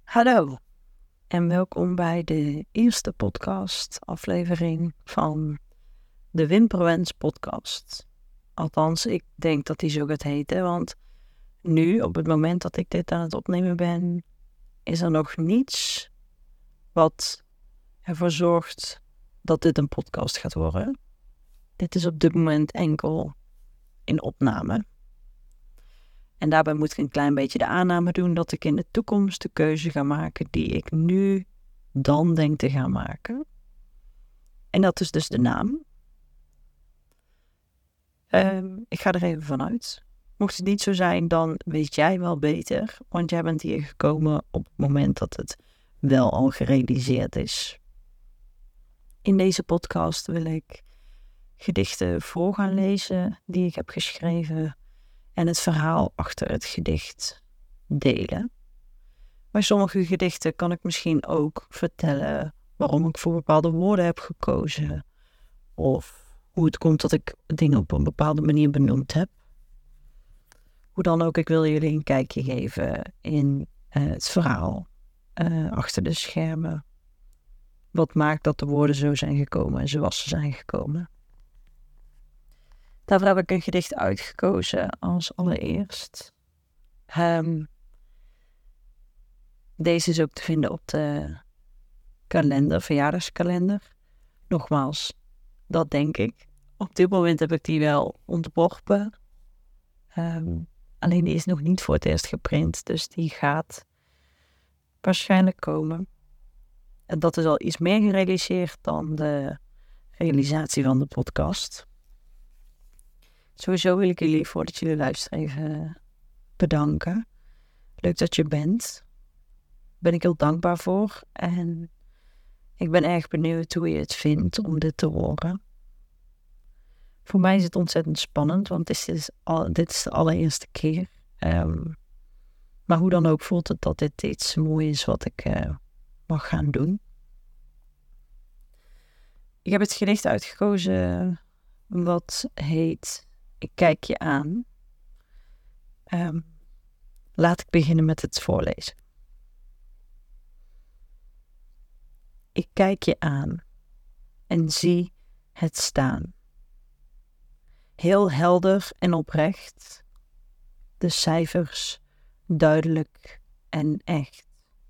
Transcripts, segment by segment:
Hallo en welkom bij de eerste podcast-aflevering van de Wimperwens podcast. Althans, ik denk dat die zo gaat heten, want nu, op het moment dat ik dit aan het opnemen ben, is er nog niets wat ervoor zorgt dat dit een podcast gaat worden. Dit is op dit moment enkel in opname. En daarbij moet ik een klein beetje de aanname doen dat ik in de toekomst de keuze ga maken die ik nu dan denk te gaan maken. En dat is dus de naam. Ik ga er even vanuit. Mocht het niet zo zijn, dan weet jij wel beter. Want jij bent hier gekomen op het moment dat het wel al gerealiseerd is. In deze podcast wil ik gedichten voor gaan lezen die ik heb geschreven. En het verhaal achter het gedicht delen. Bij sommige gedichten kan ik misschien ook vertellen waarom ik voor bepaalde woorden heb gekozen. Of hoe het komt dat ik dingen op een bepaalde manier benoemd heb. Hoe dan ook, ik wil jullie een kijkje geven in het verhaal achter de schermen. Wat maakt dat de woorden zo zijn gekomen en zoals ze zijn gekomen. Daarvoor heb ik een gedicht uitgekozen als allereerst. Deze is ook te vinden op de verjaardagskalender. Nogmaals, dat denk ik. Op dit moment heb ik die wel ontworpen. Alleen die is nog niet voor het eerst geprint, dus die gaat waarschijnlijk komen. En dat is al iets meer gerealiseerd dan de realisatie van de podcast. Sowieso wil ik jullie, voordat jullie luisteren, even bedanken. Leuk dat je bent. Daar ben ik heel dankbaar voor. En ik ben erg benieuwd hoe je het vindt om dit te horen. Voor mij is het ontzettend spannend, want dit is de allereerste keer. Maar hoe dan ook voelt het dat dit iets moois is wat ik mag gaan doen. Ik heb het gedicht uitgekozen wat heet Ik kijk je aan. Laat ik beginnen met het voorlezen. Ik kijk je aan en zie het staan. Heel helder en oprecht, de cijfers duidelijk en echt.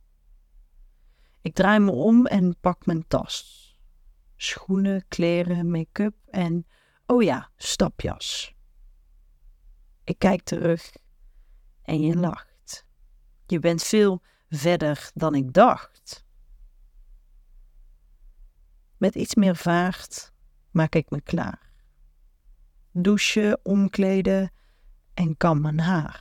Ik draai me om en pak mijn tas. Schoenen, kleren, make-up en, oh ja, stapjas. Ik kijk terug en je lacht. Je bent veel verder dan ik dacht. Met iets meer vaart maak ik me klaar. Douchen, omkleden en kam mijn haar.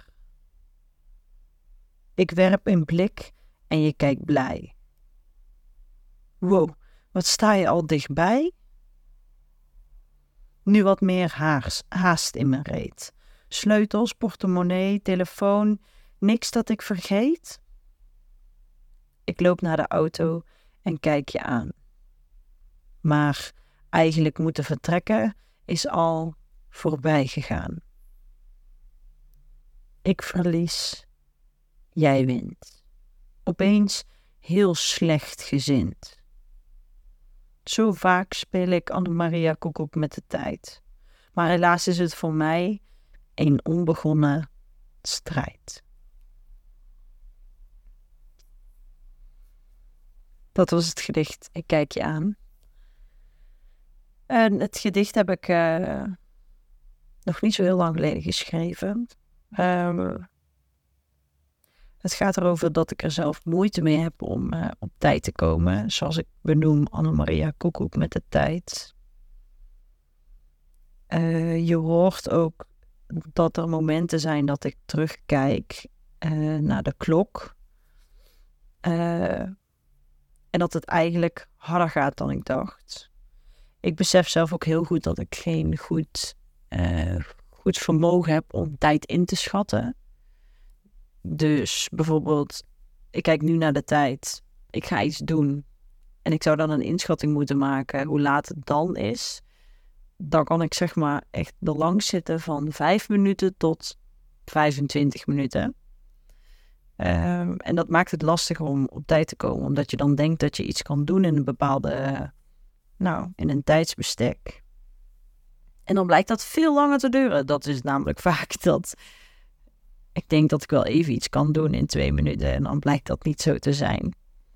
Ik werp een blik en je kijkt blij. Wow, wat sta je al dichtbij? Nu wat meer haast in mijn reet. Sleutels, portemonnee, telefoon, niks dat ik vergeet. Ik loop naar de auto en kijk je aan. Maar eigenlijk moeten vertrekken is al voorbij gegaan. Ik verlies, jij wint. Opeens heel slecht gezind. Zo vaak speel ik Annemaria Koekoek met de tijd. Maar helaas is het voor mij een onbegonnen strijd. Dat was het gedicht. Ik kijk je aan. En het gedicht heb ik nog niet zo heel lang geleden geschreven. Het gaat erover dat ik er zelf moeite mee heb om op tijd te komen. Zoals ik benoem Annemaria Koekoek met de tijd. Je hoort ook dat er momenten zijn dat ik terugkijk naar de klok. En dat het eigenlijk harder gaat dan ik dacht. Ik besef zelf ook heel goed dat ik geen goed vermogen heb om tijd in te schatten. Dus bijvoorbeeld, ik kijk nu naar de tijd. Ik ga iets doen. En ik zou dan een inschatting moeten maken hoe laat het dan is. Dan kan ik zeg maar echt er langs zitten van 5 minuten tot 25 minuten. En dat maakt het lastiger om op tijd te komen. Omdat je dan denkt dat je iets kan doen in een bepaalde, in een tijdsbestek. En dan blijkt dat veel langer te duren. Dat is namelijk vaak dat ik denk dat ik wel even iets kan doen in 2 minuten. En dan blijkt dat niet zo te zijn.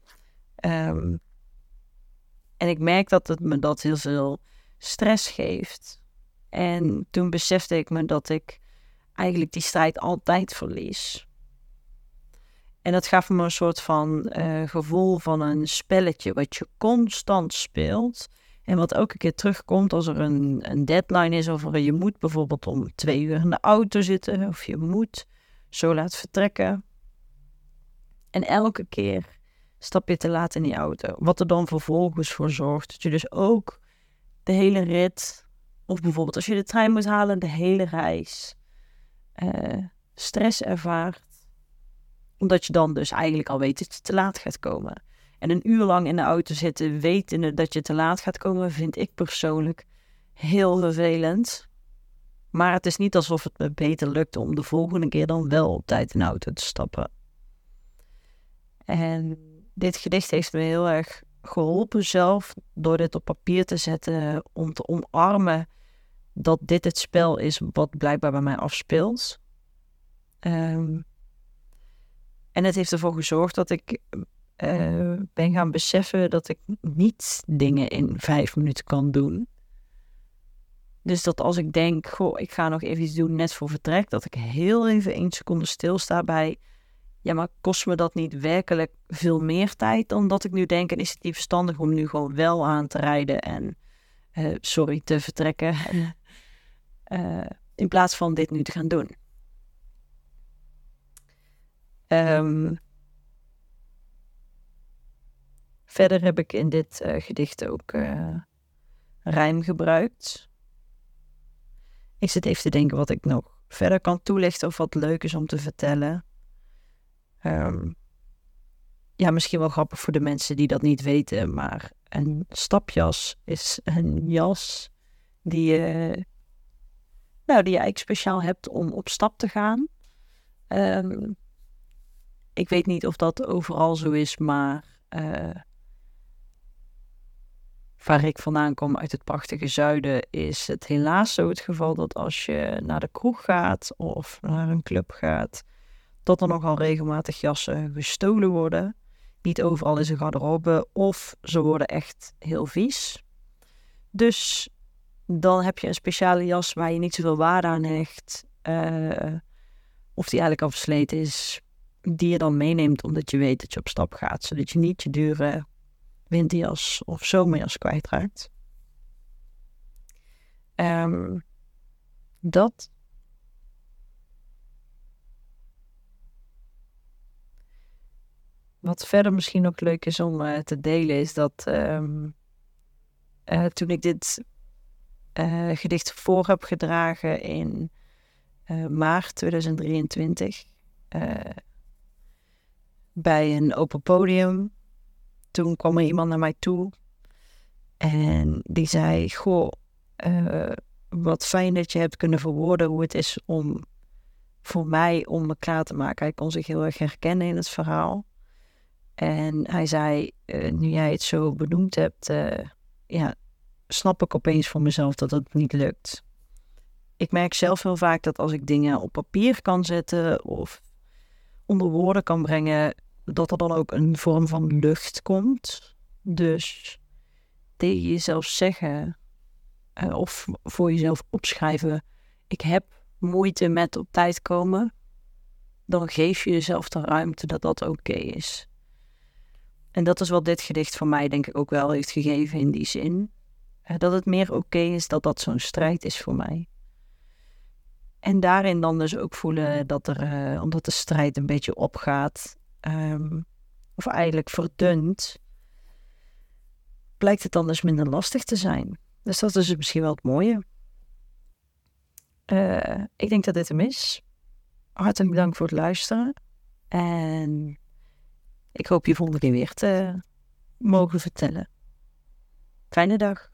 En ik merk dat het me dat heel veel stress geeft. En toen besefte ik me dat ik eigenlijk die strijd altijd verlies. En dat gaf me een soort van gevoel van een spelletje wat je constant speelt. En wat elke keer terugkomt als er een deadline is. Of je moet bijvoorbeeld om 2 uur in de auto zitten. Of je moet zo laat vertrekken. En elke keer stap je te laat in die auto. Wat er dan vervolgens voor zorgt dat je dus ook de hele rit, of bijvoorbeeld als je de trein moet halen, de hele reis, stress ervaart. Omdat je dan dus eigenlijk al weet dat je te laat gaat komen. En een uur lang in de auto zitten, wetende dat je te laat gaat komen, vind ik persoonlijk heel vervelend. Maar het is niet alsof het me beter lukt om de volgende keer dan wel op tijd in de auto te stappen. En dit gedicht heeft me heel erg geholpen zelf door dit op papier te zetten, om te omarmen dat dit het spel is wat blijkbaar bij mij afspeelt. En het heeft ervoor gezorgd dat ik ben gaan beseffen dat ik niet dingen in 5 minuten kan doen. Dus dat als ik denk, ik ga nog even iets doen net voor vertrek, dat ik heel even 1 seconde stilsta bij, ja, maar kost me dat niet werkelijk veel meer tijd dan dat ik nu denk, en is het niet verstandig om nu gewoon wel aan te rijden en, te vertrekken, in plaats van dit nu te gaan doen. Verder heb ik in dit gedicht ook rijm gebruikt. Ik zit even te denken wat ik nog verder kan toelichten of wat leuk is om te vertellen. Misschien wel grappig voor de mensen die dat niet weten, maar een stapjas is een jas die je eigenlijk speciaal hebt om op stap te gaan. Ik weet niet of dat overal zo is, maar waar ik vandaan kom, uit het prachtige zuiden, is het helaas zo het geval dat als je naar de kroeg gaat of naar een club gaat, dat er nogal regelmatig jassen gestolen worden. Niet overal is een garderobe, of ze worden echt heel vies. Dus dan heb je een speciale jas waar je niet zoveel waarde aan hecht, of die eigenlijk al versleten is, die je dan meeneemt omdat je weet dat je op stap gaat, zodat je niet je dure winterjas of zomerjas kwijtraakt. Dat. Wat verder misschien ook leuk is om te delen is dat toen ik dit gedicht voor heb gedragen in maart 2023 bij een open podium, toen kwam er iemand naar mij toe en die zei, wat fijn dat je hebt kunnen verwoorden hoe het is voor mij om me klaar te maken. Hij kon zich heel erg herkennen in het verhaal. En hij zei, nu jij het zo benoemd hebt, snap ik opeens voor mezelf dat het niet lukt. Ik merk zelf heel vaak dat als ik dingen op papier kan zetten of onder woorden kan brengen, dat er dan ook een vorm van lucht komt. Dus tegen jezelf zeggen of voor jezelf opschrijven, ik heb moeite met op tijd komen, dan geef je jezelf de ruimte dat dat oké is. En dat is wat dit gedicht van mij denk ik ook wel heeft gegeven in die zin. Dat het meer oké is dat dat zo'n strijd is voor mij. En daarin dan dus ook voelen dat omdat de strijd een beetje opgaat, of eigenlijk verdunt, blijkt het dan dus minder lastig te zijn. Dus dat is misschien wel het mooie. Ik denk dat dit hem is. Hartelijk bedankt voor het luisteren. En ik hoop je volgende keer weer te mogen vertellen. Fijne dag.